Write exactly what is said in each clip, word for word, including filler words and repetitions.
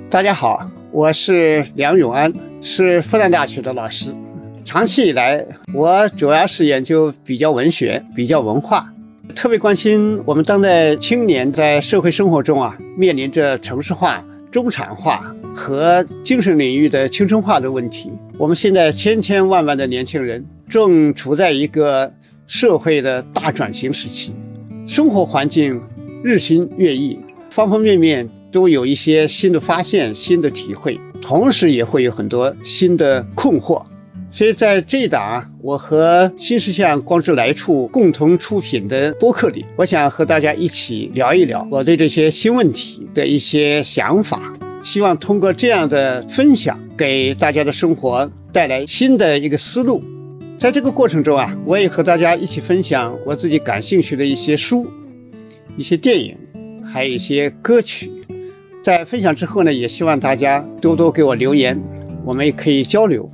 大家好，我是梁永安，是复旦大学的老师。长期以来，我主要是研究比较文学、比较文化，特别关心我们当代青年在社会生活中啊，面临着城市化、中产化和精神领域的青春化的问题。我们现在千千万万的年轻人正处在一个社会的大转型时期，生活环境日新月异，方方面面都有一些新的发现、新的体会，同时也会有很多新的困惑。所以在这一档我和新世相光之来处共同出品的播客里，我想和大家一起聊一聊我对这些新问题的一些想法，希望通过这样的分享给大家的生活带来新的一个思路。在这个过程中啊，我也和大家一起分享我自己感兴趣的一些书、一些电影，还有一些歌曲。在分享之后呢，也希望大家多多给我留言，我们也可以交流。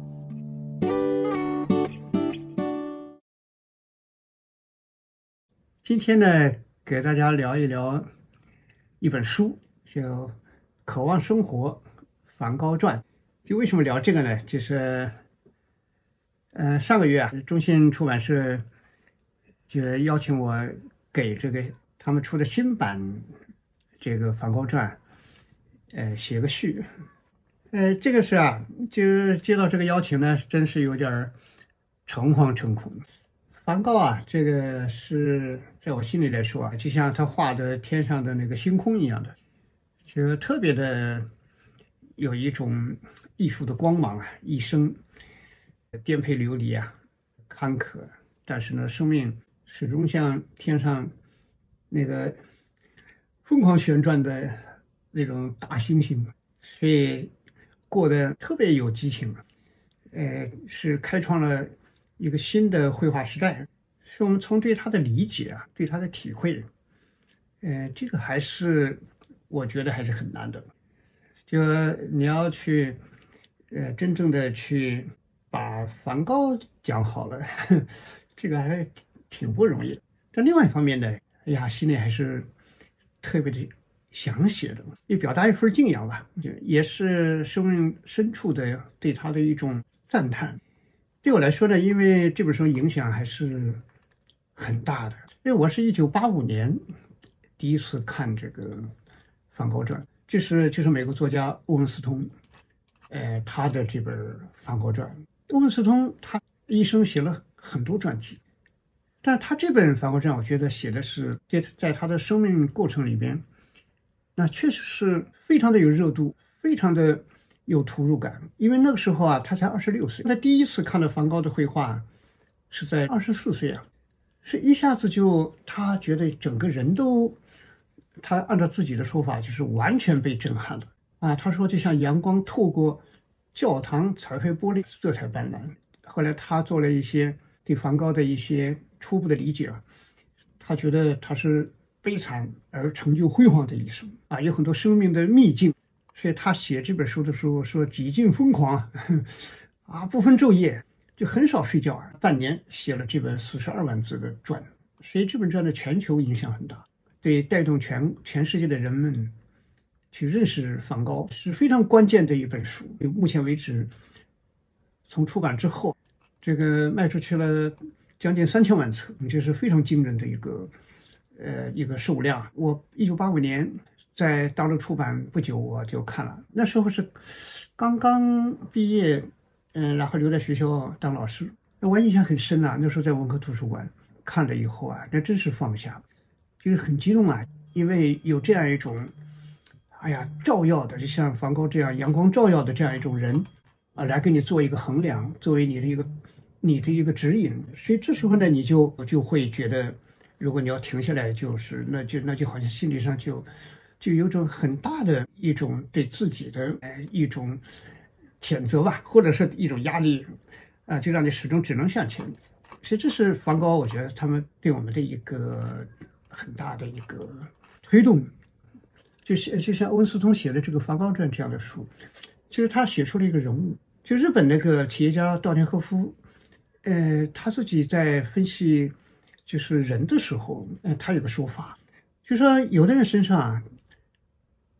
今天呢，给大家聊一聊一本书，叫《渴望生活：梵高传》。就为什么聊这个呢？就是呃，上个月啊，中信出版社就邀请我给这个他们出的新版这个《梵高传》呃写个序。呃，这个是啊，就接到这个邀请呢，真是有点诚惶诚恐。梵高啊，这个是在我心里来说啊，就像他画的天上的那个星空一样的，就特别的有一种艺术的光芒啊，一生颠沛流离啊，坎坷，但是呢，生命始终像天上那个疯狂旋转的那种大猩猩，所以过得特别有激情，呃，是开创了一个新的绘画时代。所以我们从对他的理解啊，对他的体会，呃，这个还是我觉得还是很难的。就你要去，呃，真正的去把梵高讲好了，呵呵，这个还挺不容易。但另外一方面呢，哎呀，心里还是特别的想写的，也表达一份敬仰吧，也是生命深处的对他的一种赞叹。对我来说呢，因为这本书影响还是很大的。因为我是一九八五年第一次看这个《梵高传》，这是就是美国作家欧文斯通，呃，他的这本《梵高传》。欧文斯通他一生写了很多传记，但他这本《梵高传》，我觉得写的是在他的生命过程里边，那确实是非常的有热度，非常的有投入感。因为那个时候啊，他才二十六岁，他第一次看到梵高的绘画是在二十四岁啊，是一下子就他觉得整个人都，他按照自己的说法就是完全被震撼了啊。他说就像阳光透过教堂彩绘玻璃，色彩斑斓。后来他做了一些对梵高的一些初步的理解啊，他觉得他是悲惨而成就辉煌的一生啊，有很多生命的秘境。所以他写这本书的时候说几近疯狂啊，不分昼夜，就很少睡觉啊，半年写了这本四十二万字的传。所以这本传的全球影响很大，对带动全全世界的人们去认识梵高是非常关键的一本书。目前为止，从出版之后，这个卖出去了将近三千万册，这是非常惊人的一个呃一个数量。我一九八五年在大陆出版不久，我就看了，那时候是刚刚毕业，嗯，然后留在学校当老师。我印象很深啊，那时候在文科图书馆看了以后啊，那真是放不下，就是很激动啊，因为有这样一种，哎呀，照耀的，就像梵高这样阳光照耀的这样一种人啊，来给你做一个衡量，作为你的一个你的一个指引。所以这时候呢，你就就会觉得，如果你要停下来，就是那就那就好像心理上就。就有种很大的一种对自己的呃一种谴责吧，或者是一种压力啊、呃，就让你始终只能向前。所以这是梵高，我觉得他们对我们的一个很大的一个推动。就是就像欧文斯通写的这个《梵高传》这样的书，就是他写出了一个人物。就日本那个企业家稻田和夫，呃，他自己在分析就是人的时候，呃，他有个说法，就是说有的人身上啊。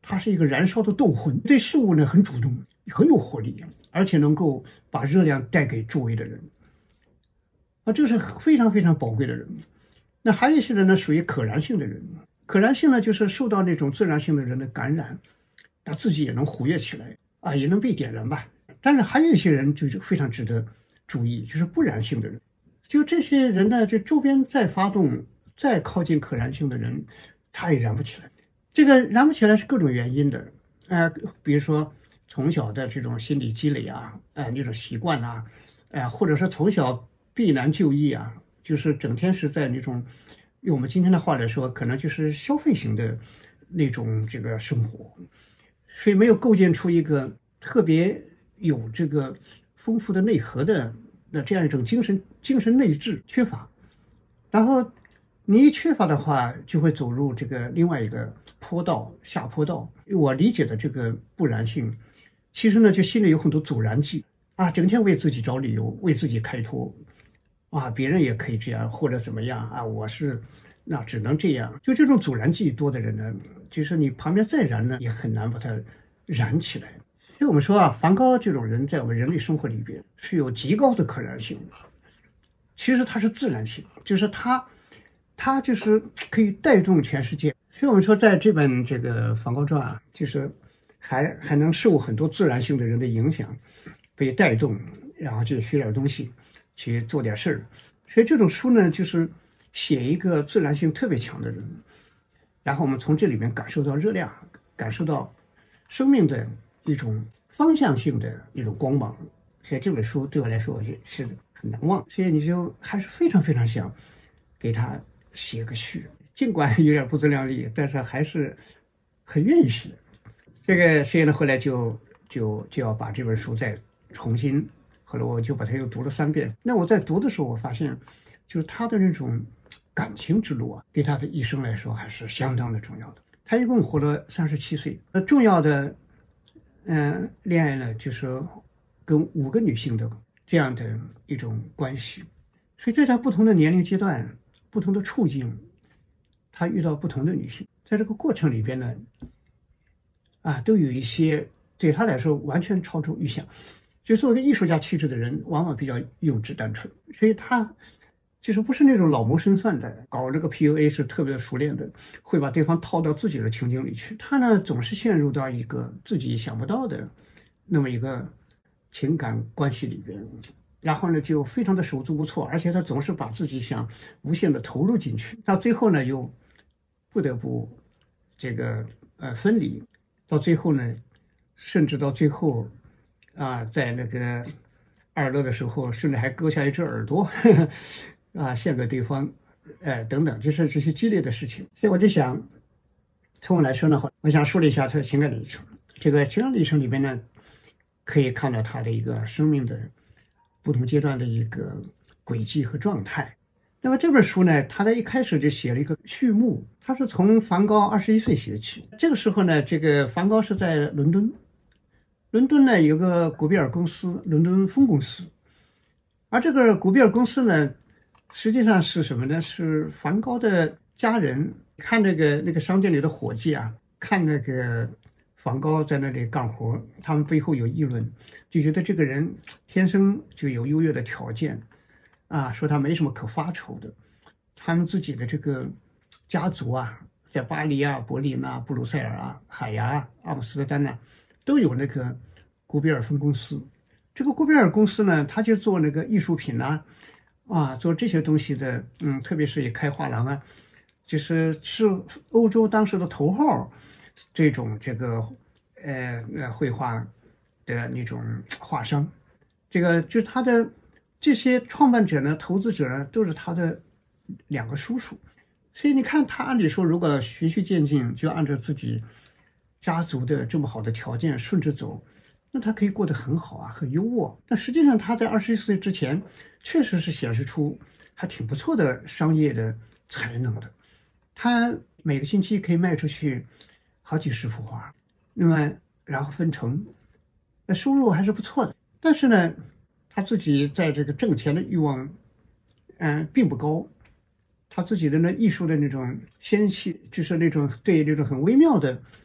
他是一个燃烧的斗魂，对事物呢很主动，很有活力，而且能够把热量带给周围的人。啊，这是非常非常宝贵的人。那还有一些人呢，属于可燃性的人。可燃性呢，就是受到那种自然性的人的感染，那自己也能活跃起来啊，也能被点燃吧。但是还有一些人就是非常值得注意，就是不燃性的人。就这些人呢，这周边再发动、再靠近可燃性的人，他也燃不起来。这个燃不起来是各种原因的，呃，比如说从小的这种心理积累啊，呃，那种习惯啊，呃，或者是从小避难就医啊，就是整天是在那种，用我们今天的话来说，可能就是消费型的那种这个生活，所以没有构建出一个特别有这个丰富的内核的的这样一种精神精神内质缺乏，然后你一缺乏的话，就会走入这个另外一个坡道下坡道。我理解的这个不燃性，其实呢，就心里有很多阻燃剂啊，整天为自己找理由，为自己开脱啊，别人也可以这样或者怎么样啊，我是那只能这样。就这种阻燃剂多的人呢，就是你旁边再燃呢，也很难把它燃起来。所以我们说啊，梵高这种人在我们人类生活里边是有极高的可燃性的。其实它是自然性，就是它。它就是可以带动全世界，所以我们说，在这本这个《梵高传》啊，就是还还能受很多自然性的人的影响，被带动，然后去学点东西，去做点事儿。所以这种书呢，就是写一个自然性特别强的人，然后我们从这里面感受到热量，感受到生命的一种方向性的一种光芒。所以这本书对我来说也是很难忘，所以你就还是非常非常想给他写个序，尽管有点不自量力，但是还是很愿意写。这个所以呢，后来就就就要把这本书再重新，后来我就把它又读了三遍。那我在读的时候，我发现，就是他的那种感情之路啊，对他的一生来说还是相当的重要的。他一共活了三十七岁，那重要的，嗯、呃，恋爱呢，就是跟五个女性的这样的一种关系。所以在他不同的年龄阶段。不同的处境，他遇到不同的女性，在这个过程里边呢，啊，都有一些对他来说完全超出预想。就作为一个艺术家气质的人，往往比较幼稚单纯，所以他就是不是那种老谋深算的，搞这个 P U A 是特别的熟练的，会把对方套到自己的情境里去。他呢，总是陷入到一个自己想不到的那么一个情感关系里边。然后呢，就非常的手足无措，而且他总是把自己想无限的投入进去，到最后呢，又不得不这个呃分离，到最后呢，甚至到最后啊，在那个二乐的时候，甚至还割下一只耳朵，呵呵啊，献给对方，呃，等等，就是这些激烈的事情。所以我就想，从我来说呢，我想梳理一下他的情感历程。这个情感历程里边呢，可以看到他的一个生命的不同阶段的一个轨迹和状态。那么这本书呢，他在一开始就写了一个序幕，他是从梵高二十一岁写起。这个时候呢，这个梵高是在伦敦，伦敦呢有个古比尔公司，伦敦分公司，而这个古比尔公司呢，实际上是什么呢？是梵高的家人看那个那个商店里的伙计啊，看那个梵高在那里干活，他们背后有议论，就觉得这个人天生就有优越的条件，啊，说他没什么可发愁的。他们自己的这个家族啊，在巴黎啊、柏林啊、布鲁塞尔啊、海牙啊、阿姆斯特丹啊，都有那个古比尔分公司。这个古比尔公司呢，他就做那个艺术品啊，啊，做这些东西的，嗯，特别是也开画廊啊，就是是欧洲当时的头号。这种这个呃呃绘画的那种画商，这个就是他的这些创办者呢、投资者呢，都是他的两个叔叔，所以你看他按理说，如果循序渐进，就按照自己家族的这么好的条件顺着走，那他可以过得很好啊，很优渥。但实际上他在二十一岁之前，确实是显示出还挺不错的商业的才能的。他每个星期可以卖出去好几十幅画，那么然后分成，那收入还是不错的。但是呢，他自己在这个挣钱的欲望，嗯、呃，并不高。他自己的那艺术的那种纤细，就是那种对那种很微妙的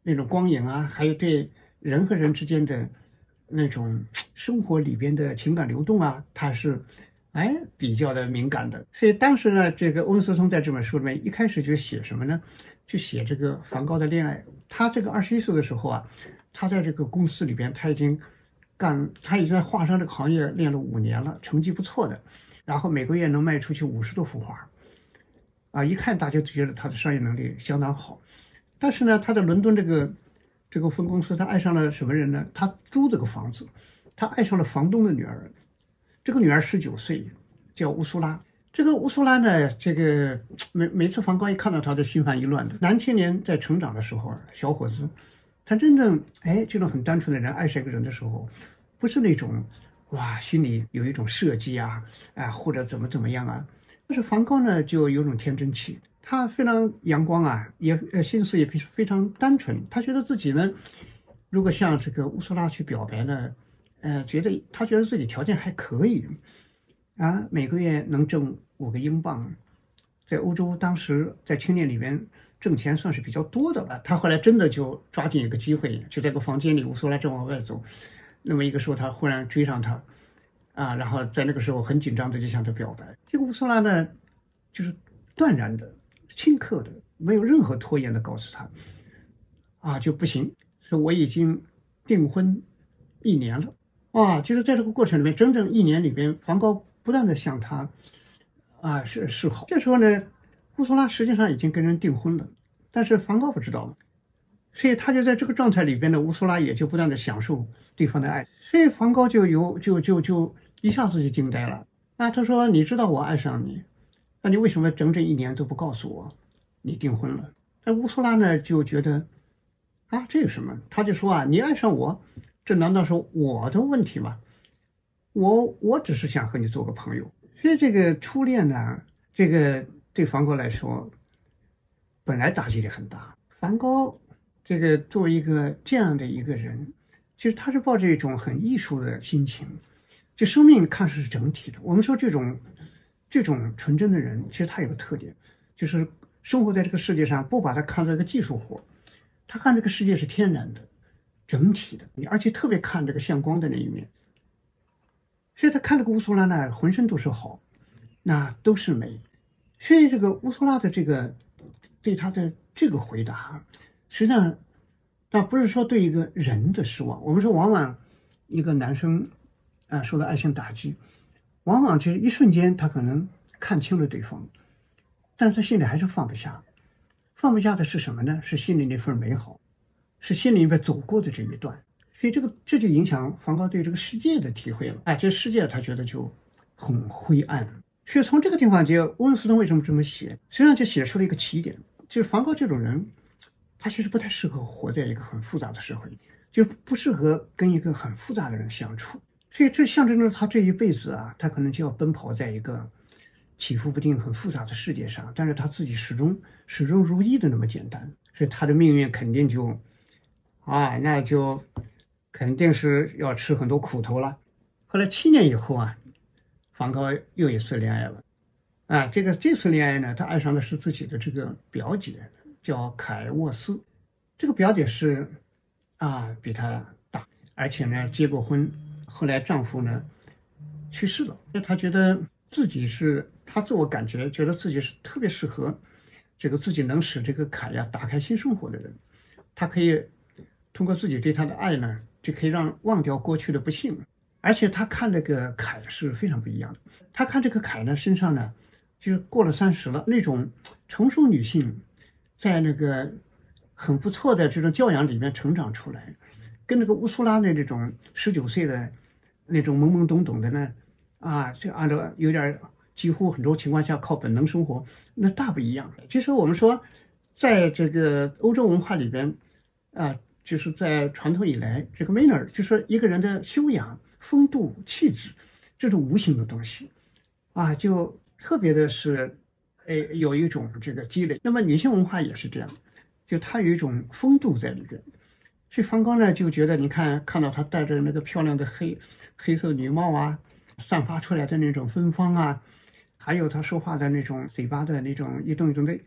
那种光影啊，还有对人和人之间的那种生活里边的情感流动啊，他是哎比较的敏感的。所以当时呢，这个欧文斯通在这本书里面一开始就写什么呢？就写这个梵高的恋爱。他这个二十一岁的时候啊，他在这个公司里边他已经干，他已经在画商这个行业练了五年了，成绩不错的，然后每个月能卖出去五十多幅画，啊，一看大家就觉得他的商业能力相当好。但是呢，他在伦敦这个这个分公司，他爱上了什么人呢？他租这个房子，他爱上了房东的女儿。这个女儿十九岁，叫乌苏拉。这个乌苏拉呢，这个每每次梵高一看到他，就心烦意乱的。男青年在成长的时候，小伙子，他真正哎这种很单纯的人爱上一个人的时候，不是那种哇心里有一种设计啊啊或者怎么怎么样啊。但是梵高呢，就有种天真气，他非常阳光啊，也呃心思也非常单纯。他觉得自己呢，如果向这个乌苏拉去表白呢，呃，觉得他觉得自己条件还可以。啊，每个月能挣五个英镑，在欧洲当时在青年里面挣钱算是比较多的了。他后来真的就抓紧一个机会，就在个房间里，乌苏拉正往外走，那么一个时候他忽然追上他，啊，然后在那个时候很紧张的就向他表白。这个乌苏拉呢，就是断然的、顷刻的，没有任何拖延的告诉他，啊，就不行，说我已经订婚一年了。啊，就是在这个过程里面，整整一年里边，梵高不断的向他啊示示好。这时候呢，乌苏拉实际上已经跟人订婚了，但是梵高不知道嘛，所以他就在这个状态里边呢，乌苏拉也就不断的享受对方的爱，所以梵高就有就就就一下子就惊呆了啊！他说：“你知道我爱上你，那你为什么整整一年都不告诉我你订婚了？”那乌苏拉呢就觉得啊，这有什么？他就说啊，你爱上我。这难道是我的问题吗？我我只是想和你做个朋友。所以这个初恋呢，这个对梵高来说，本来打击力很大。梵高这个作为一个这样的一个人，其实他是抱着一种很艺术的心情，就生命看似是整体的。我们说这种这种纯真的人，其实他有个特点，就是生活在这个世界上，不把它看作一个技术活，他看这个世界是天然的。整体的，而且特别看这个向光的那一面，所以他看这个乌苏拉呢，浑身都是好，那都是美。所以这个乌苏拉的这个对他的这个回答，实际上那不是说对一个人的失望。我们说，往往一个男生啊受到爱情打击，往往就是一瞬间他可能看清了对方，但是他心里还是放不下。放不下的是什么呢？是心里那份美好。是心里面走过的这一段，所以这个这就影响梵高对这个世界的体会了。哎，这个世界他觉得就很灰暗。所以从这个地方就欧文斯通为什么这么写，实际上就写出了一个起点，就是梵高这种人，他其实不太适合活在一个很复杂的社会，就不适合跟一个很复杂的人相处。所以这象征着他这一辈子啊，他可能就要奔跑在一个起伏不定、很复杂的世界上，但是他自己始终始终如一的那么简单，所以他的命运肯定就。啊，那就肯定是要吃很多苦头了。后来七年以后啊，梵高又一次恋爱了。啊，这个这次恋爱呢，他爱上的是自己的这个表姐，叫凯沃斯。这个表姐是啊比他大，而且呢结过婚。后来丈夫呢去世了，那她觉得自己是，她自我感觉觉得自己是特别适合这个自己能使这个凯呀打开新生活的人。她可以。通过自己对他的爱呢，就可以让忘掉过去的不幸，而且他看那个凯是非常不一样的。他看这个凯呢身上呢，就是过了三十了，那种成熟女性，在那个很不错的这种教养里面成长出来，跟那个乌苏拉的这种十九岁的那种懵懵懂懂的呢，啊，就按照有点几乎很多情况下靠本能生活，那大不一样。其实我们说，在这个欧洲文化里边，啊。就是在传统以来，这个 manner 就是一个人的修养、风度、气质，这种无形的东西，啊，就特别的是，哎，有一种这个积累。那么女性文化也是这样，就它有一种风度在里边。所以梵高呢就觉得，你看看到她戴着那个漂亮的黑黑色女帽啊，散发出来的那种芬芳啊，还有她说话的那种嘴巴的那种一动一动的，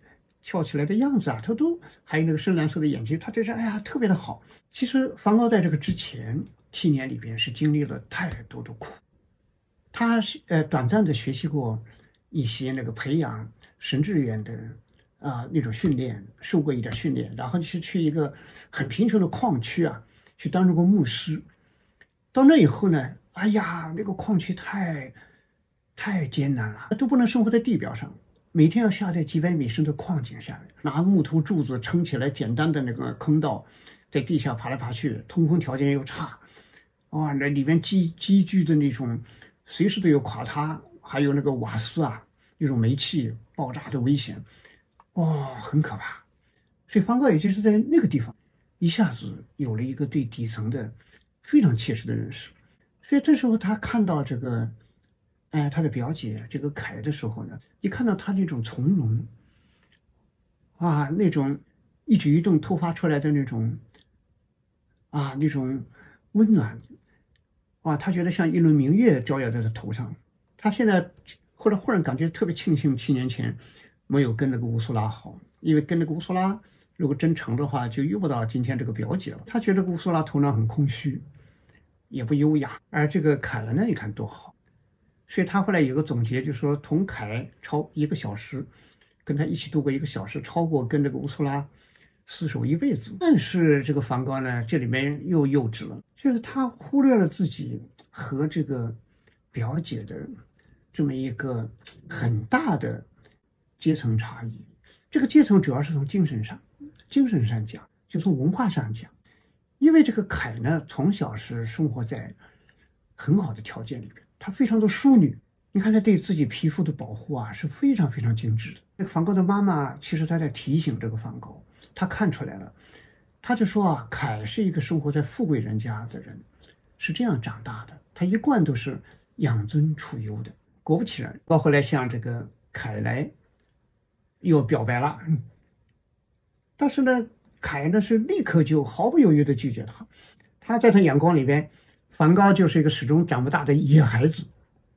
翘起来的样子啊，他都还有那个深蓝色的眼睛，他觉得哎呀特别的好。其实梵高在这个之前七年里边是经历了太多的苦，他是呃短暂的学习过一些那个培养神职员的啊、呃、那种训练，受过一点训练，然后是去一个很贫穷的矿区啊去当这个牧师。到那以后呢，哎呀，那个矿区太太艰难了，都不能生活在地表上，每天要下在几百米深的矿井下面，拿木头柱子撑起来简单的那个坑道，在地下爬来爬去，通风条件又差，哇，那里面积积聚的那种随时都有垮塌，还有那个瓦斯啊，那种煤气爆炸的危险，哇，很可怕。所以梵高也就是在那个地方，一下子有了一个对底层的非常切实的认识。所以这时候他看到这个，哎，他的表姐这个凯的时候呢，一看到他那种从容，啊，那种一举一动突发出来的那种，啊，那种温暖，啊，他觉得像一轮明月照耀在他头上。他现在后来忽然感觉特别庆幸七年前没有跟那个乌苏拉好，因为跟那个乌苏拉如果真成的话，就遇不到今天这个表姐了。他觉得乌苏拉头脑很空虚，也不优雅，而这个凯呢，你看多好。所以他后来有个总结，就说同凯超一个小时，跟他一起度过一个小时，超过跟这个乌苏拉厮守一辈子。但是这个梵高呢，这里面又幼稚了，就是他忽略了自己和这个表姐的这么一个很大的阶层差异。这个阶层主要是从精神上，精神上讲，就从文化上讲。因为这个凯呢，从小是生活在很好的条件里边，她非常的淑女。你看她对自己皮肤的保护啊，是非常非常精致的。这个梵高的妈妈其实她在提醒这个梵高，她看出来了，她就说啊，凯是一个生活在富贵人家的人，是这样长大的，他一贯都是养尊处优的。果不其然，到后来向这个凯来又表白了，嗯，但是呢，凯呢是立刻就毫不犹豫地拒绝他。他在他眼光里边，梵高就是一个始终长不大的野孩子，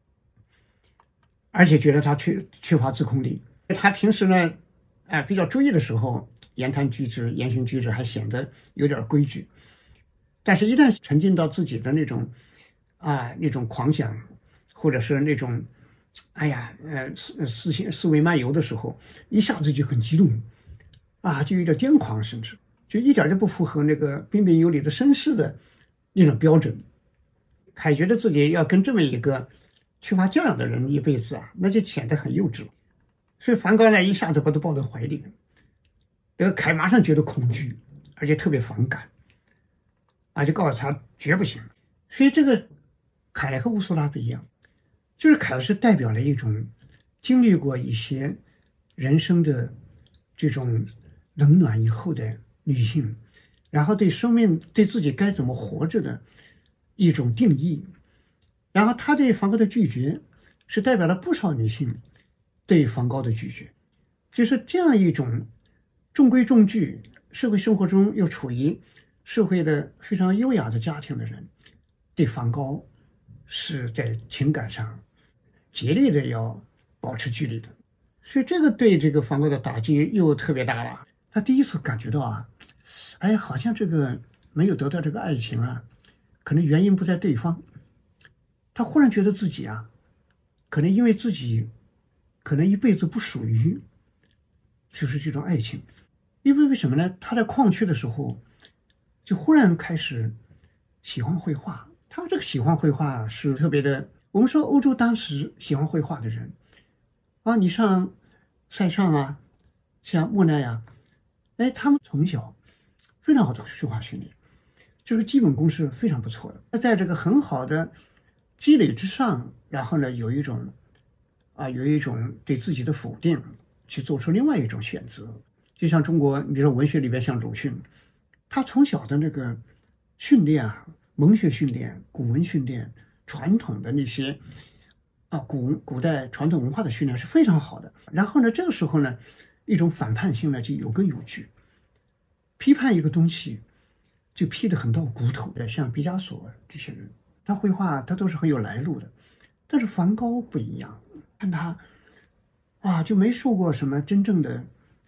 而且觉得他缺缺乏自控力。他平时呢，哎、呃，比较注意的时候，言谈举止、言行举止还显得有点规矩，但是一旦沉浸到自己的那种啊那种狂想，或者是那种哎呀呃思思想思维漫游的时候，一下子就很激动。啊，就有点癫狂，甚至就一点都不符合那个彬彬有礼的绅士的那种标准。凯觉得自己要跟这么一个缺乏教养的人一辈子啊，那就显得很幼稚了。所以梵高呢，一下子把他抱在怀里，这个凯马上觉得恐惧，而且特别反感，啊，就告诉他绝不行。所以这个凯和乌苏拉不一样，就是凯是代表了一种经历过一些人生的这种冷暖以后的女性，然后对生命对自己该怎么活着的一种定义。然后他对梵高的拒绝是代表了不少女性对梵高的拒绝，就是这样一种中规中矩，社会生活中又处于社会的非常优雅的家庭的人，对梵高是在情感上竭力的要保持距离的。所以这个对这个梵高的打击又特别大了。他第一次感觉到啊，哎，好像这个没有得到这个爱情啊，可能原因不在对方。他忽然觉得自己啊，可能因为自己可能一辈子不属于就是这种爱情。因为为什么呢？他在矿区的时候就忽然开始喜欢绘画。他这个喜欢绘画是特别的，我们说欧洲当时喜欢绘画的人啊，你像塞尚啊，像莫奈啊，哎，他们从小非常好的绘画训练，这个基本功是非常不错的。那在这个很好的积累之上，然后呢，有一种啊，有一种对自己的否定，去做出另外一种选择。就像中国，你比如说文学里边，像鲁迅，他从小的那个训练啊，文学训练、古文训练、传统的那些啊古古代传统文化的训练是非常好的。然后呢，这个时候呢，一种反叛性呢就有根有据，批判一个东西就批得很到骨头。像毕加索这些人，他绘画他都是很有来路的，但是梵高不一样，看他啊就没受过什么真正的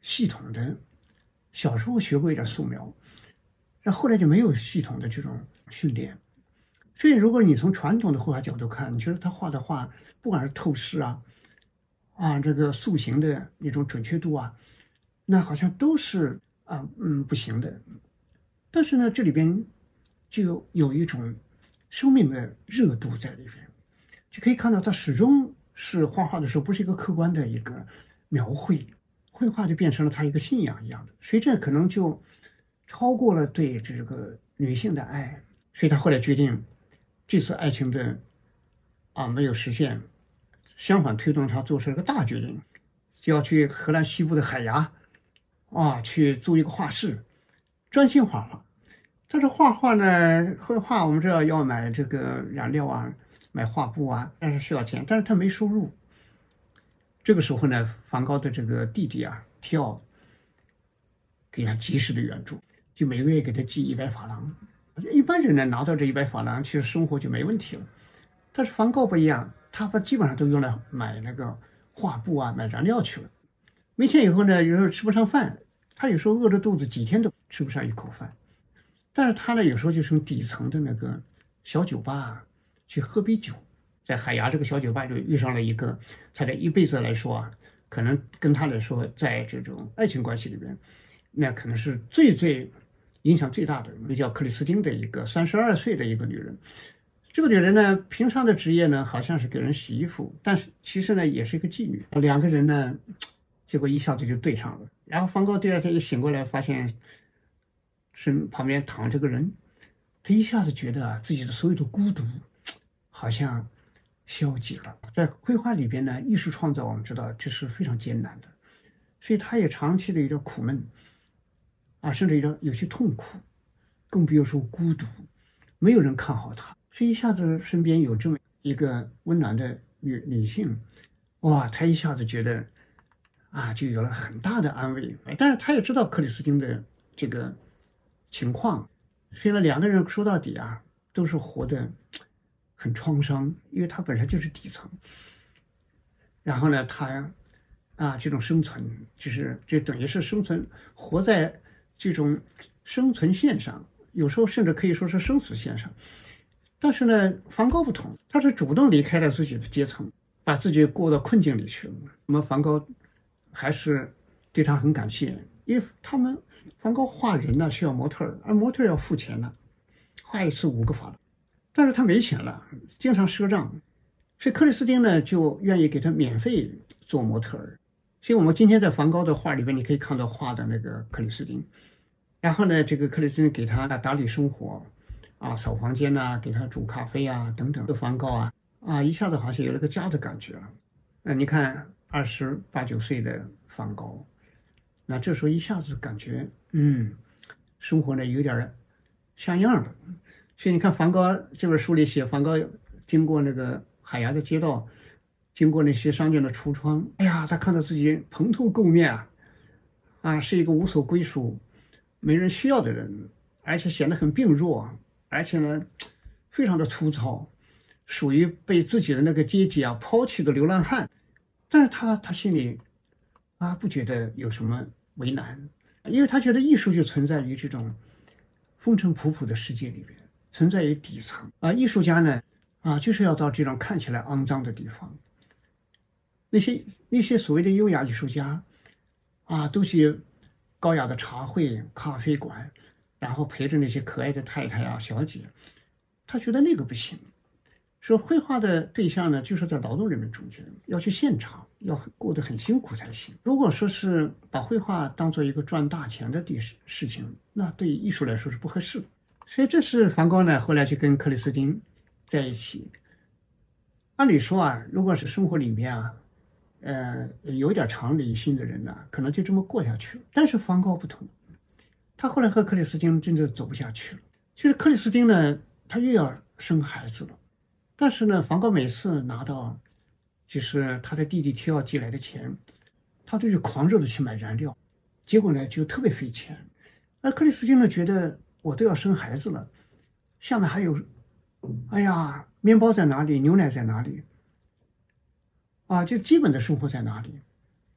系统的，小时候学过一点素描，然后后来就没有系统的这种训练。所以，如果你从传统的绘画角度看，你觉得他画的画，不管是透视啊，啊，这个塑形的那种准确度啊，那好像都是啊，嗯，不行的。但是呢，这里边就有一种生命的热度在里边，就可以看到他始终是画画的时候不是一个客观的一个描绘，绘画就变成了他一个信仰一样的。所以这可能就超过了对这个女性的爱，所以他后来决定。这次爱情的啊没有实现，相反推动他做出了个大决定，就要去荷兰西部的海牙啊去租一个画室，专心画画。但是画画呢，绘画我们知道要买这个染料啊，买画布啊，但是需要钱，但是他没收入。这个时候呢，梵高的这个弟弟啊，提奥给他及时的援助，就每个月给他寄一百法郎。一般人呢拿到这一百法郎，其实生活就没问题了。但是梵高不一样，他把基本上都用来买那个画布啊、买燃料去了。没钱以后呢，有时候吃不上饭，他有时候饿着肚子几天都吃不上一口饭。但是他呢，有时候就从底层的那个小酒吧去喝杯酒，在海牙这个小酒吧就遇上了一个他的一辈子来说啊，可能跟他来说，在这种爱情关系里边，那可能是最最。影响最大的，一个叫克里斯汀的一个三十二岁的一个女人。这个女人呢，平常的职业呢，好像是给人洗衣服，但是其实呢，也是一个妓女。两个人呢，结果一下子就对上了。然后梵高第二天一醒过来，发现是旁边躺着个人，他一下子觉得啊，自己的所有的孤独好像消解了。在绘画里边呢，艺术创造我们知道这是非常艰难的，所以他也长期的有点苦闷。啊，甚至有点有些痛苦，更不用说孤独，没有人看好他，所以一下子身边有这么一个温暖的女女性，哇，他一下子觉得啊，就有了很大的安慰。但是他也知道克里斯汀的这个情况，所以呢，两个人说到底啊，都是活得很创伤，因为他本身就是底层。然后呢，他啊，这种生存就是就等于是生存，活在。这种生存线上，有时候甚至可以说是生死线上。但是呢，梵高不同，他是主动离开了自己的阶层，把自己过到困境里去了。那么梵高还是对他很感谢，因为他们梵高画人呢需要模特儿，而模特儿要付钱的，画一次五个法郎，但是他没钱了，经常赊账，所以克里斯汀呢就愿意给他免费做模特儿。所以我们今天在梵高的画里边，你可以看到画的那个克里斯汀。然后呢，这个克里斯汀给他打理生活，啊，扫房间呐、啊，给他煮咖啡啊，等等。这梵高啊，啊，一下子好像有了个家的感觉了。那你看，二十八九岁的梵高，那这时候一下子感觉，嗯，生活呢有点像样了。所以你看，梵高这本书里写，梵高经过那个海牙的街道。经过那些商店的橱窗，哎呀，他看到自己蓬头垢面啊，啊，是一个无所归属、没人需要的人，而且显得很病弱，而且呢，非常的粗糙，属于被自己的那个阶级啊抛弃的流浪汉。但是他他心里啊不觉得有什么为难，因为他觉得艺术就存在于这种风尘仆仆的世界里边，存在于底层啊。艺术家呢啊就是要到这种看起来肮脏的地方。那些那些所谓的优雅艺术家，啊，都是高雅的茶会、咖啡馆，然后陪着那些可爱的太太啊、小姐，他觉得那个不行。说绘画的对象呢，就是在劳动人民中间，要去现场，要过得很辛苦才行。如果说是把绘画当做一个赚大钱的地事情，那对艺术来说是不合适的。所以这是梵高呢，后来就跟克里斯汀在一起。按理说啊，如果是生活里面啊。呃，有点常理心的人呢，可能就这么过下去了。但是梵高不同，他后来和克里斯汀真的走不下去了。就是克里斯汀呢，他又要生孩子了，但是呢，梵高每次拿到就是他的弟弟提奥寄来的钱，他都是狂热的去买燃料，结果呢就特别费钱。而克里斯汀呢觉得我都要生孩子了，下面还有，哎呀，面包在哪里，牛奶在哪里？啊，就基本的生活在哪里？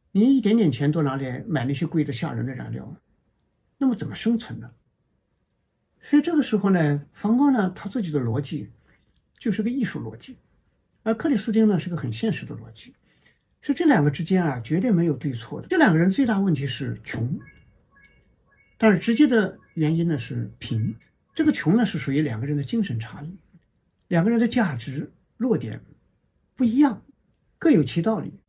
你一点点钱都拿来买那些贵的吓人的染料，那么怎么生存呢？所以这个时候呢，梵高呢他自己的逻辑就是个艺术逻辑，而克里斯汀呢是个很现实的逻辑。所以这两个之间啊，绝对没有对错的。这两个人最大问题是穷，但是直接的原因呢是贫。这个穷呢是属于两个人的精神差异，两个人的价值弱点不一样，各有其道理。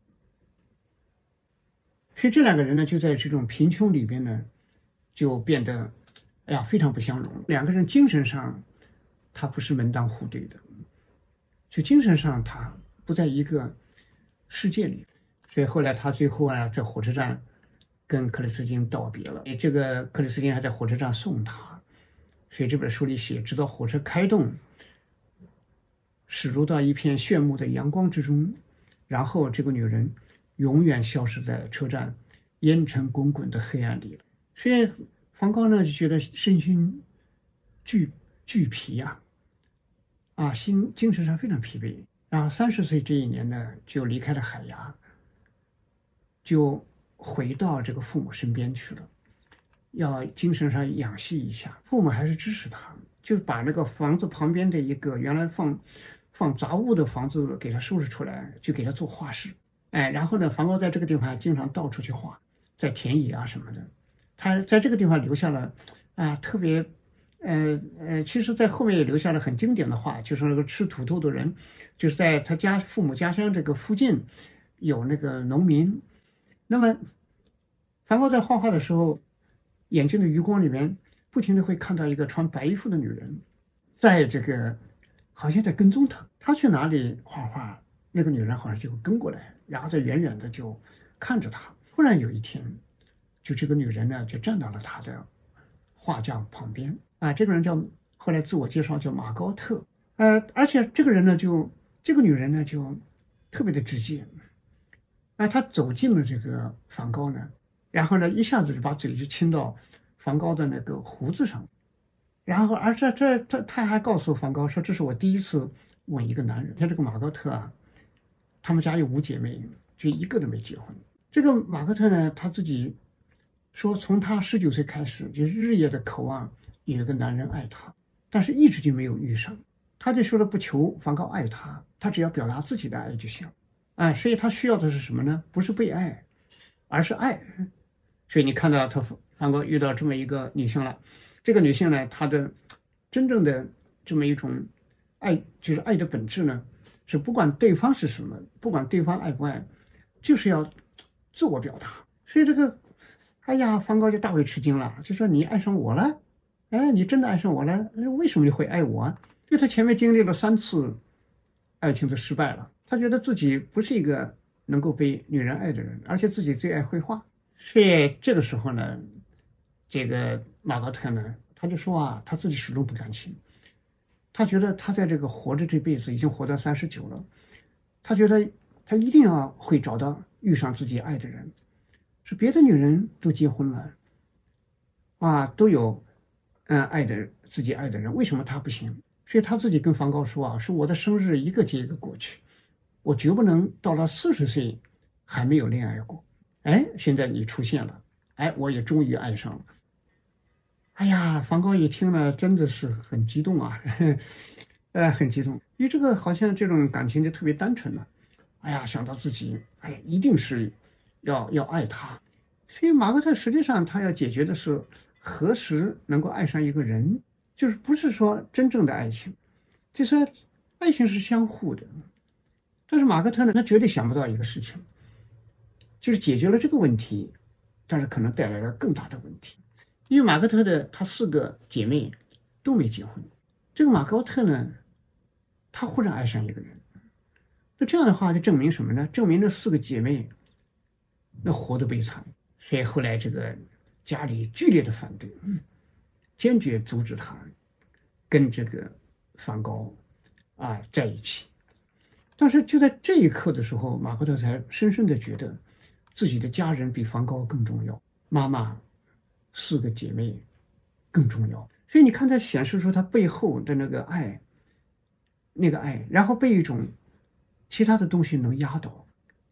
所以这两个人呢，就在这种贫穷里边呢，就变得，哎呀，非常不相容。两个人精神上，他不是门当户对的，就精神上他不在一个世界里。所以后来他最后啊，在火车站跟克里斯汀道别了。这个克里斯汀还在火车站送他。所以这本书里写，直到火车开动，驶入到一片炫目的阳光之中，然后这个女人永远消失在车站烟尘滚滚的黑暗里。所以梵高呢就觉得身心俱俱疲呀、啊，啊，心精神上非常疲惫。然后三十岁这一年呢，就离开了海牙，就回到这个父母身边去了。要精神上养息一下，父母还是支持他，就把那个房子旁边的一个原来放放杂物的房子给他收拾出来，就给他做画室。哎，然后呢，梵高在这个地方经常到处去画，在田野啊什么的。他在这个地方留下了啊特别，呃呃，其实在后面也留下了很经典的话，就是那个吃土豆的人，就是在他家父母家乡这个附近有那个农民。那么梵高在画画的时候，眼睛的余光里面不停的会看到一个穿白衣服的女人，在这个好像在跟踪他，他去哪里画画，那个女人好像就跟过来，然后在远远的就看着他。忽然有一天，就这个女人呢就站到了他的画架旁边啊，这个人叫后来自我介绍叫马高特，呃，而且这个人呢就这个女人呢就特别的直接啊，她走进了这个梵高呢。然后呢，一下子就把嘴就亲到梵高的那个胡子上，然后而这这他他还告诉梵高说，这是我第一次吻一个男人。像这个马高特啊，他们家有五姐妹，就一个都没结婚。这个马高特呢，他自己说，从他十九岁开始，就日夜的渴望有一个男人爱他，但是一直就没有遇上。他就说了，不求梵高爱他，他只要表达自己的爱就行。哎，所以他需要的是什么呢？不是被爱，而是爱。所以你看到他梵高遇到这么一个女性了，这个女性呢，她的真正的这么一种爱，就是爱的本质呢，是不管对方是什么，不管对方爱不爱，就是要自我表达。所以这个，哎呀，梵高就大为吃惊了，就说你爱上我了，哎，你真的爱上我了？为什么你会爱我啊？因为他前面经历了三次爱情的失败了，他觉得自己不是一个能够被女人爱的人，而且自己最爱绘画。所以这个时候呢，这个马高特呢，他就说啊，他自己始终不甘心，他觉得他在这个活着这辈子已经活到三十九了，他觉得他一定要会找到遇上自己爱的人，是别的女人都结婚了，啊，都有嗯爱的自己爱的人，为什么他不行？所以他自己跟梵高说啊，说我的生日一个接一个过去，我绝不能到了四十岁还没有恋爱过。哎，现在你出现了，哎，我也终于爱上了。哎呀，梵高一听呢，真的是很激动啊，呵呵呃，很激动，因为这个好像这种感情就特别单纯了。哎呀，想到自己，哎，一定是要要爱他。所以马克特实际上他要解决的是何时能够爱上一个人，就是不是说真正的爱情，就是爱情是相互的。但是马克特呢，他绝对想不到一个事情。就是解决了这个问题，但是可能带来了更大的问题。因为马格特的她四个姐妹都没结婚，这个马高特呢，他忽然爱上一个人，那这样的话就证明什么呢？证明这四个姐妹那活得悲惨。所以后来这个家里剧烈的反对，坚决阻止他跟这个梵高啊在一起。但是就在这一刻的时候，马高特才深深的觉得自己的家人比梵高更重要，妈妈、四个姐妹更重要。所以你看，他显示出他背后的那个爱，那个爱，然后被一种其他的东西能压倒，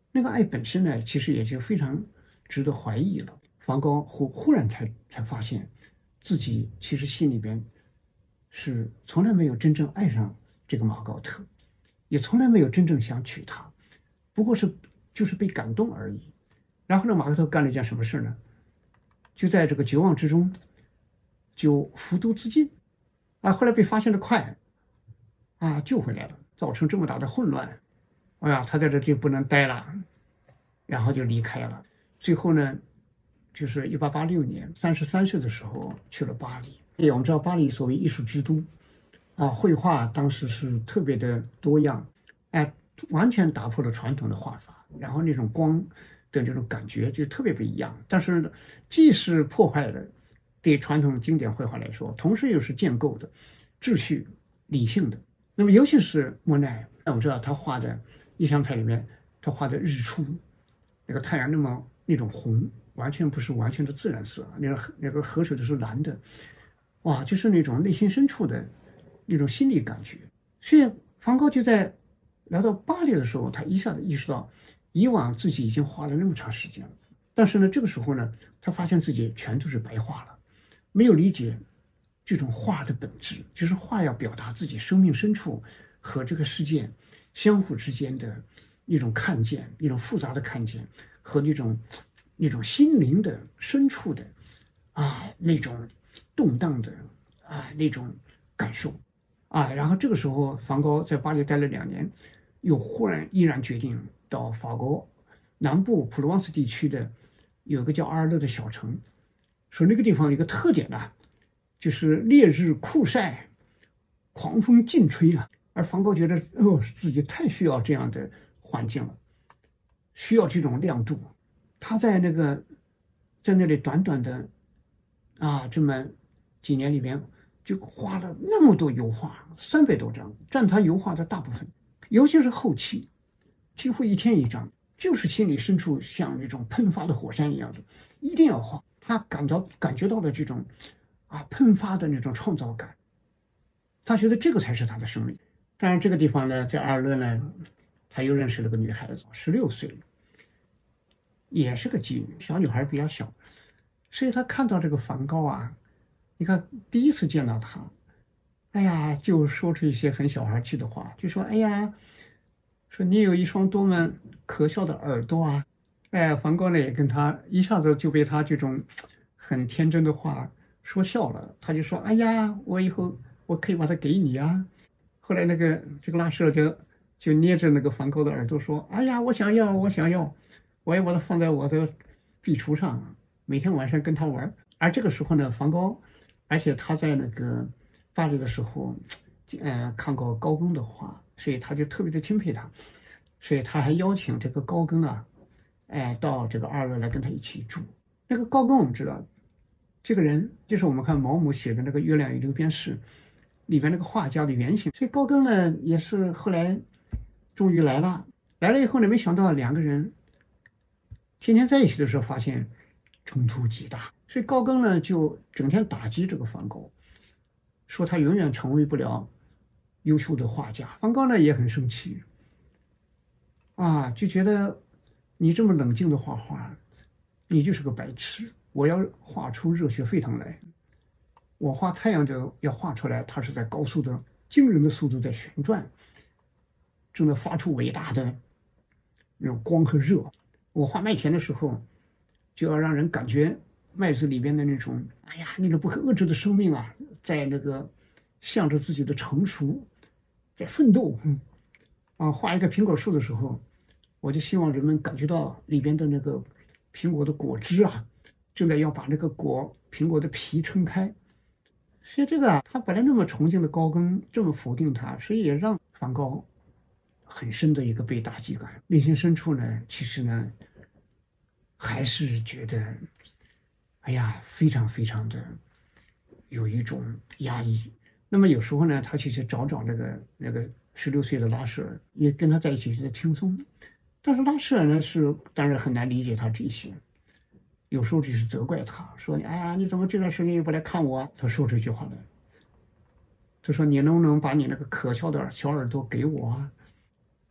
那个爱本身呢，其实也就非常值得怀疑了。梵高忽忽然才才发现，自己其实心里边是从来没有真正爱上这个马高特，也从来没有真正想娶她，不过是就是被感动而已。然后呢，马高特干了一件什么事呢？就在这个绝望之中，就服毒自尽，啊，后来被发现的快，啊，救回来了，造成这么大的混乱，哎呀，他在这就不能待了，然后就离开了。最后呢，就是一八八六年，三十三岁的时候去了巴黎。我们知道巴黎所谓艺术之都，啊，绘画当时是特别的多样，哎，完全打破了传统的画法，然后那种光的这种感觉就特别不一样。但是既是破坏了对传统经典绘画来说，同时又是建构的、秩序、理性的。那么尤其是莫奈，我们知道他画的意象派里面，他画的日出，那个太阳那么那种红，完全不是完全的自然色，那个那个河水都是蓝的，哇，就是那种内心深处的那种心理感觉。所以梵高就在来到巴黎的时候，他一下子意识到，以往自己已经画了那么长时间了，但是呢，这个时候呢，他发现自己全都是白画了，没有理解这种画的本质，就是画要表达自己生命深处和这个世界相互之间的一种看见，一种复杂的看见和那种那种心灵的深处的啊那种动荡的啊那种感受啊。然后这个时候，梵高在巴黎待了两年，又忽然毅然决定到法国南部普罗旺斯地区的有个叫阿尔勒的小城，说那个地方有一个特点啊，就是烈日酷晒，狂风劲吹啊。而梵高觉得，哦，自己太需要这样的环境了，需要这种亮度。他在那个在那里短短的啊这么几年里面，就画了那么多油画，三百多张，占他油画的大部分，尤其是后期，几乎一天一张，就是心里深处像那种喷发的火山一样的，一定要画。他感到感觉到了这种啊喷发的那种创造感，他觉得这个才是他的生命。当然，这个地方呢，在阿尔勒呢，他又认识了个女孩子，十六岁，也是个妓女，小女孩比较小，所以他看到这个梵高啊，你看第一次见到他，哎呀，就说出一些很小孩气的话，就说：“哎呀，说你有一双多么可笑的耳朵啊！”哎，梵高呢也跟他一下子就被他这种很天真的话说笑了，他就说：“哎呀，我以后我可以把它给你啊。”后来那个这个拉舍就就捏着那个梵高的耳朵说：“哎呀，我想要，我想要，我要把它放在我的壁橱上，每天晚上跟他玩。”而这个时候呢，梵高，而且他在那个巴黎的时候，呃，看过高更的画，所以他就特别的钦佩他，所以他还邀请这个高更啊，哎，到这个阿尔勒来跟他一起住。那个高更我们知道，这个人就是我们看毛姆写的那个《月亮与六边士》里面那个画家的原型，所以高更呢也是后来终于来了，来了以后呢，没想到两个人天天在一起的时候，发现冲突极大，所以高更呢就整天打击这个梵高，说他永远成为不了优秀的画家。梵高呢也很生气，啊，就觉得你这么冷静的画画，你就是个白痴。我要画出热血沸腾来，我画太阳就要画出来，它是在高速的、惊人的速度在旋转，正在发出伟大的那种光和热。我画麦田的时候，就要让人感觉麦子里边的那种，哎呀，那种不可遏制的生命啊，在那个向着自己的成熟，在奋斗。嗯，啊，画一个苹果树的时候，我就希望人们感觉到里边的那个苹果的果汁啊，正在要把那个果苹果的皮撑开。所以这个啊，他本来那么崇敬的高更这么否定他，所以也让梵高很深的一个被打击感。内心深处呢，其实呢，还是觉得，哎呀，非常非常的有一种压抑。那么有时候呢，他去去找找那个那个十六岁的拉舍尔，也跟他在一起觉得轻松。但是拉舍尔呢，是当然很难理解他这些。有时候只是责怪他，说：“哎呀，你怎么这段时间又不来看我啊？”他说这句话的，他说：“你能不能把你那个可笑的小耳朵给我啊？”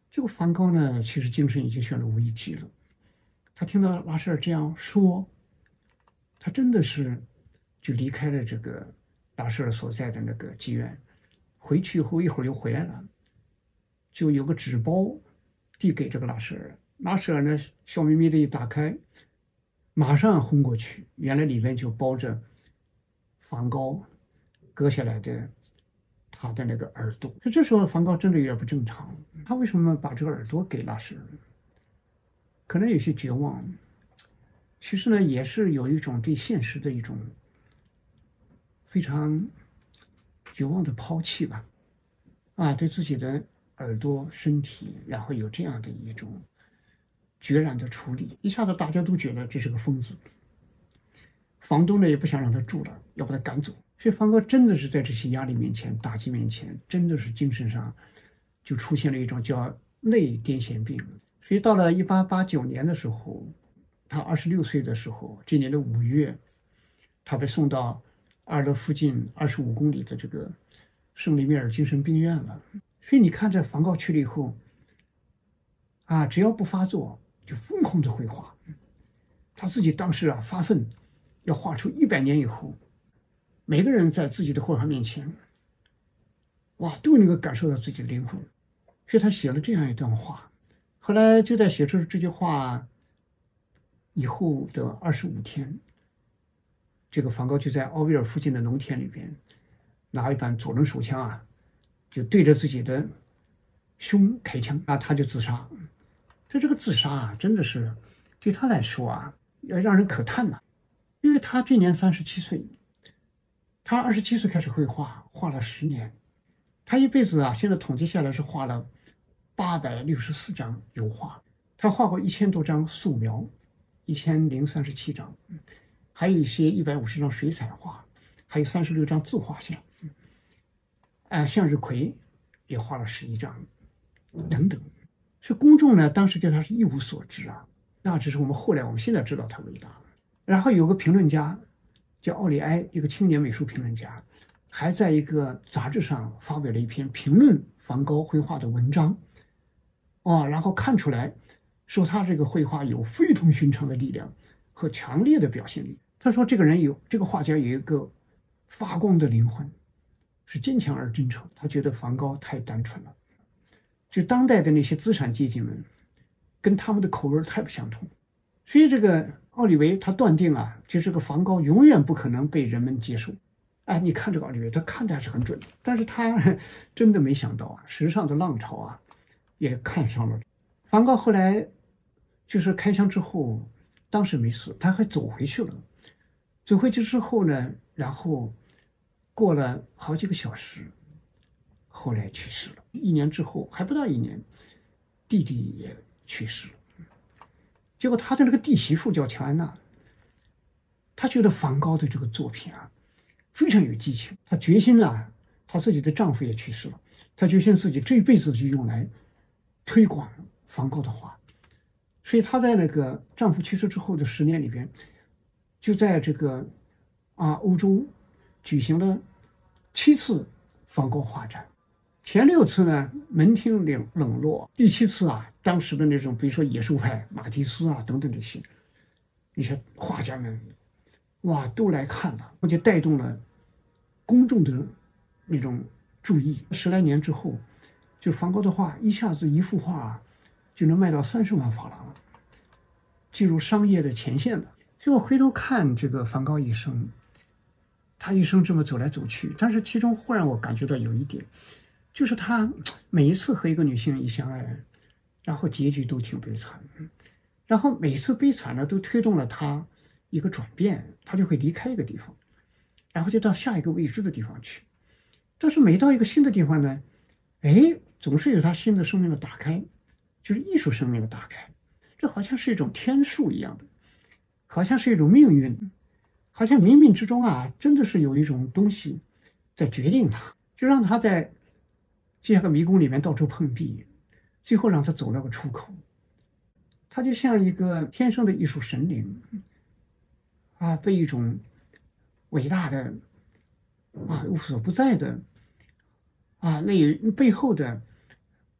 结果梵高呢，其实精神已经陷入危机了。他听到拉塞尔这样说，他真的是就离开了这个拉塞尔所在的那个妓院，回去以后一会儿又回来了，就有个纸包递给这个拉塞尔，拉塞尔呢笑眯眯的一打开，马上昏过去，原来里面就包着梵高割下来的他的那个耳朵。这时候梵高真的有点不正常，他为什么把这个耳朵给拉塞尔？可能有些绝望，其实呢也是有一种对现实的一种非常绝望的抛弃吧。啊，对自己的耳朵、身体，然后有这样的一种决然的处理，一下子大家都觉得这是个疯子。房东呢也不想让他住了，要把他赶走。所以梵高真的是在这些压力面前、打击面前，真的是精神上就出现了一种叫类癫痫病。所以到了一八八九年的时候，他二十六岁的时候，这年的五月，他被送到阿尔德附近二十五公里的这个圣利米尔精神病院了。所以你看，这梵高去了以后，啊，只要不发作，就疯狂的绘画。他自己当时啊发奋，要画出一百年以后，每个人在自己的绘画面前，哇，都能够感受到自己的灵魂。所以他写了这样一段话。后来就在写出这句话以后的二十五天，这个梵高就在奥维尔附近的农田里边，拿一把左轮手枪啊，就对着自己的胸开枪啊，他就自杀。这这个自杀啊，真的是对他来说啊，让人可叹呐。因为他这年三十七岁，他二十七岁开始绘画，画了十年，他一辈子啊，现在统计下来是画了八百六十四张油画，他画过一千多张素描，一千零三十七张，还有一些一百五十张水彩画，还有三十六张自画像，啊，向日葵也画了十一张，等等。所以公众呢，当时对他是一无所知啊，那只是我们后来我们现在知道他伟大。然后有个评论家叫奥里埃，一个青年美术评论家，还在一个杂志上发表了一篇评论梵高绘画的文章。哦，然后看出来，说他这个绘画有非同寻常的力量和强烈的表现力。他说这个人有这个画家有一个发光的灵魂，是坚强而真诚。他觉得梵高太单纯了，就当代的那些资产阶级们，跟他们的口味太不相同。所以这个奥利维他断定啊，就这个梵高永远不可能被人们接受。哎，你看这个奥利维，他看的还是很准的，但是他真的没想到啊，时尚的浪潮啊。也看上了梵高。后来就是开枪之后，当时没死，他还走回去了。走回去之后呢，然后过了好几个小时，后来去世了。一年之后，还不到一年，弟弟也去世了。结果他的那个弟媳妇叫乔安娜，她觉得梵高的这个作品啊非常有激情，她决心啊，她自己的丈夫也去世了，她决心自己这一辈子就用来推广梵高的画。所以她在那个丈夫去世之后的十年里边，就在这个啊欧洲举行了七次梵高画展。前六次呢门庭冷冷落，第七次啊，当时的那种比如说野兽派马蒂斯啊等等这些一些画家们，哇，都来看了，而且带动了公众的那种注意。十来年之后，就梵高的画一下子一幅画就能卖到三十万法郎了，进入商业的前线了。所以我回头看这个梵高一生，他一生这么走来走去，但是其中忽然我感觉到有一点，就是他每一次和一个女性一相爱，然后结局都挺悲惨，然后每次悲惨呢都推动了他一个转变，他就会离开一个地方，然后就到下一个未知的地方去。但是每到一个新的地方呢，哎，总是有他新的生命的打开，就是艺术生命的打开。这好像是一种天数一样的，好像是一种命运，好像冥冥之中啊，真的是有一种东西在决定他，就让他在这样个迷宫里面到处碰壁，最后让他走了个出口。他就像一个天生的艺术神灵啊，被一种伟大的啊无所不在的啊那背后的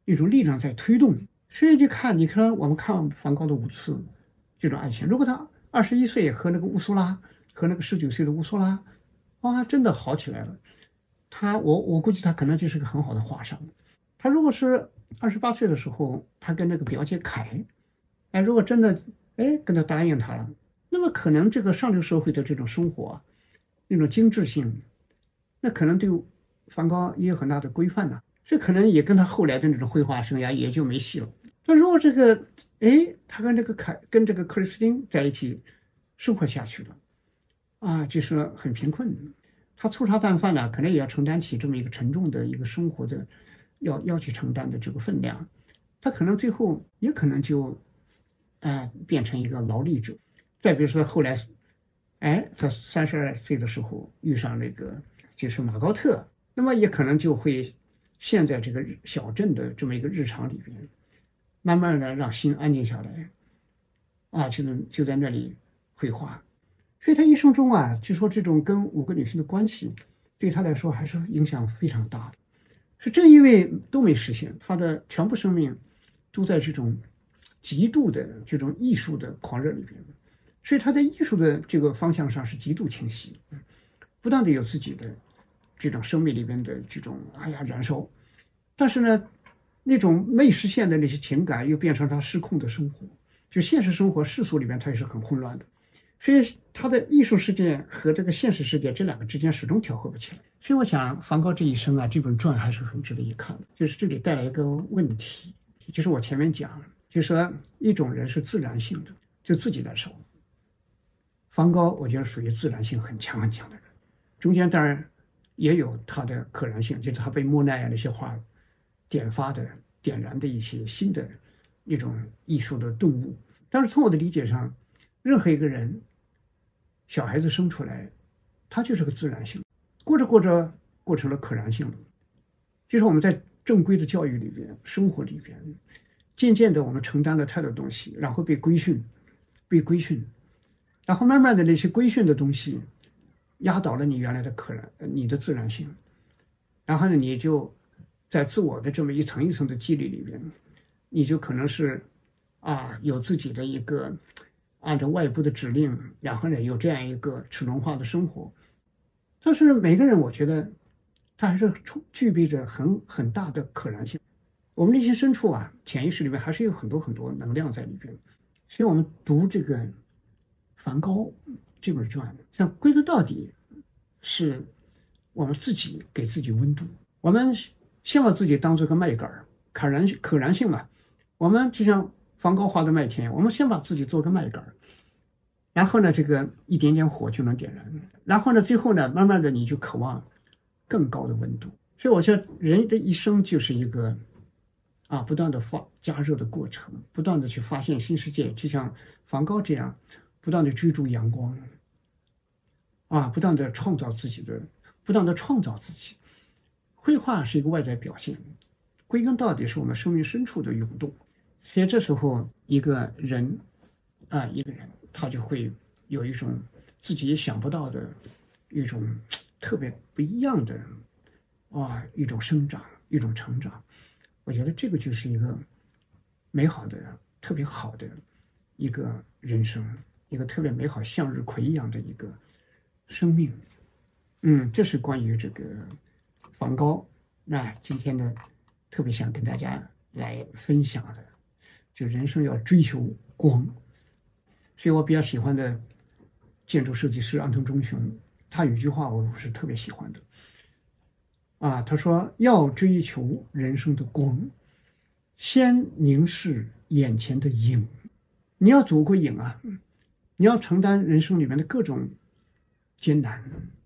一种力量在推动。所以就看，你看我们看梵高的五次这种爱情，如果他二十一岁和那个乌苏拉，和那个十九岁的乌苏拉，哇，真的好起来了。他我我估计他可能就是个很好的画商。他如果是二十八岁的时候，他跟那个表姐凯，哎，如果真的哎跟他答应他了，那么可能这个上流社会的这种生活，那种精致性，那可能对梵高也有很大的规范呢。这可能也跟他后来的那种绘画生涯也就没戏了。那如果这个哎，他跟这个凯跟这个克里斯汀在一起生活下去了，啊，就是很贫困。他粗茶淡饭呢，可能也要承担起这么一个沉重的一个生活的要要去承担的这个分量。他可能最后也可能就啊、呃、变成一个劳力者。再比如说后来，哎，他三十二岁的时候遇上那个就是马高特，那么也可能就会陷在这个小镇的这么一个日常里边，慢慢的让心安静下来，啊，就能就在那里绘画。所以他一生中啊，就说这种跟五个女性的关系，对他来说还是影响非常大的。是正因为都没实现，他的全部生命都在这种极度的这种艺术的狂热里边，所以他在艺术的这个方向上是极度清晰，不断的有自己的这种生命里边的这种哎呀燃烧，但是呢，那种未实现的那些情感又变成他失控的生活，就现实生活世俗里面他也是很混乱的。所以他的艺术世界和这个现实世界这两个之间始终调和不起来。所以我想梵高这一生啊，这本传还是很值得一看的。就是这里带来一个问题，就是我前面讲，就是说一种人是自然性的，就自己来烧。梵高我觉得属于自然性很强很强的人，中间当然也有他的可燃性，就是他被莫奈啊那些画点发的点燃的一些新的一种艺术的顿悟。但是从我的理解上，任何一个人小孩子生出来，他就是个自然性，过着过着过成了可燃性了。就是我们在正规的教育里边、生活里边，渐渐的我们承担了太多东西，然后被规训，被规训，然后慢慢的那些规训的东西压倒了你原来的可燃、你的自然性，然后呢，你就在自我的这么一层一层的激励里边，你就可能是啊有自己的一个。按照外部的指令，然后呢有这样一个齿轮化的生活。但是每个人我觉得他还是具备着很很大的可燃性。我们内心深处啊，潜意识里面还是有很多很多能量在里边。所以我们读这个梵高这本传，像归根到底是我们自己给自己温度。我们先把自己当做个麦秆，可燃可燃性嘛，我们就像梵高画的麦田，我们先把自己做个麦秆，然后呢，这个一点点火就能点燃，然后呢，最后呢，慢慢的你就渴望更高的温度。所以我觉得人的一生就是一个啊，不断的发加热的过程，不断的去发现新世界，就像梵高这样，不断的追逐阳光，啊，不断的创造自己的，不断的创造自己。绘画是一个外在表现，归根到底是我们生命深处的涌动。所以这时候一个人啊，一个人他就会有一种自己也想不到的一种特别不一样的啊一种生长，一种成长。我觉得这个就是一个美好的、特别好的一个人生，一个特别美好向日葵一样的一个生命。嗯，这是关于这个梵高。那今天呢，特别想跟大家来分享的。就人生要追求光，所以我比较喜欢的建筑设计师安藤忠雄，他有一句话我是特别喜欢的，啊，他说要追求人生的光，先凝视眼前的影。你要走过影啊，你要承担人生里面的各种艰难，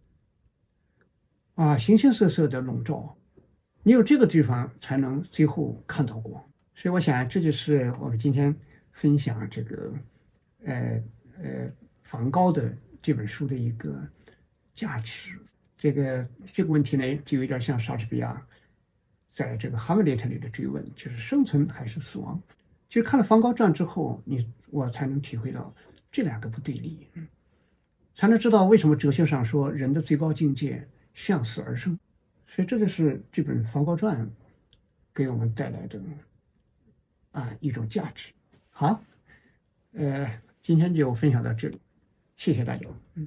啊，形形色色的笼罩，你有这个地方才能最后看到光。所以我想，这就是我们今天分享这个，呃呃，梵高的这本书的一个价值。这个这个问题呢，就有点像莎士比亚在这个《哈姆雷特》里的追问，就是生存还是死亡。其实看了《梵高传》之后，你我才能体会到这两个不对立，才能知道为什么哲学上说人的最高境界向死而生。所以这就是这本《梵高传》 给我们带来的啊一种价值。好，呃，今天就分享到这里，谢谢大家。嗯。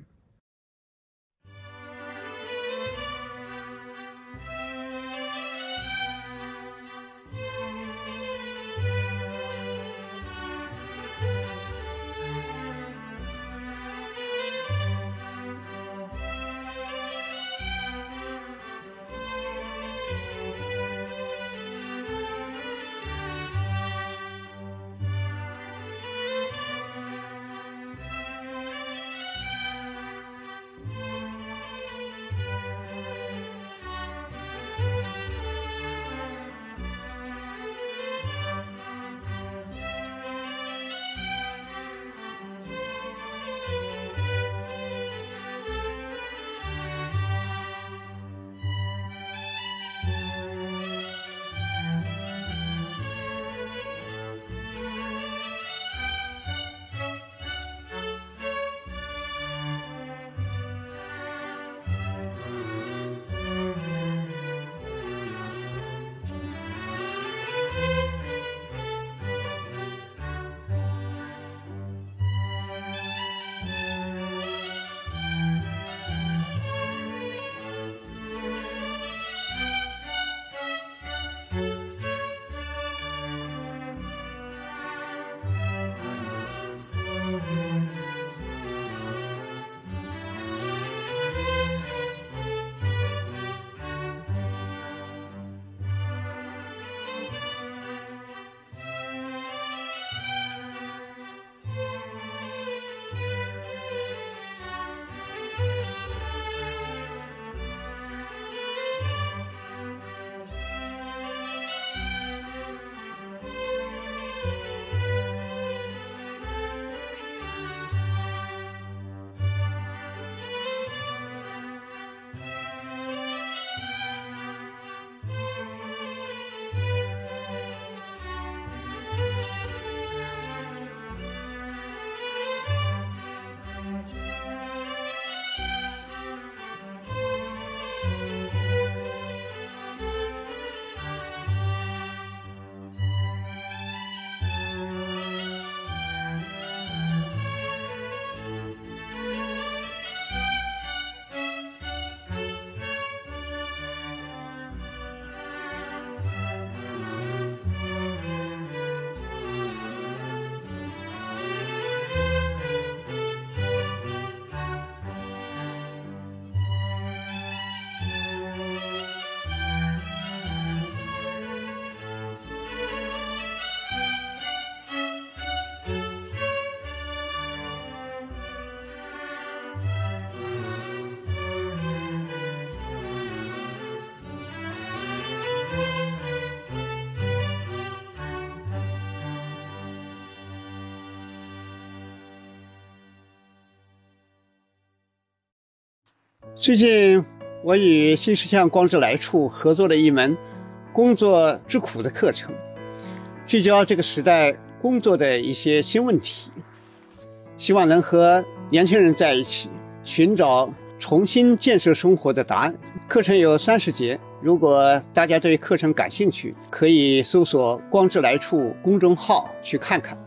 最近我与新实相光之来处合作了一门工作之苦的课程，聚焦这个时代工作的一些新问题，希望能和年轻人在一起寻找重新建设生活的答案。课程有三十节，如果大家对课程感兴趣，可以搜索光之来处公众号去看看。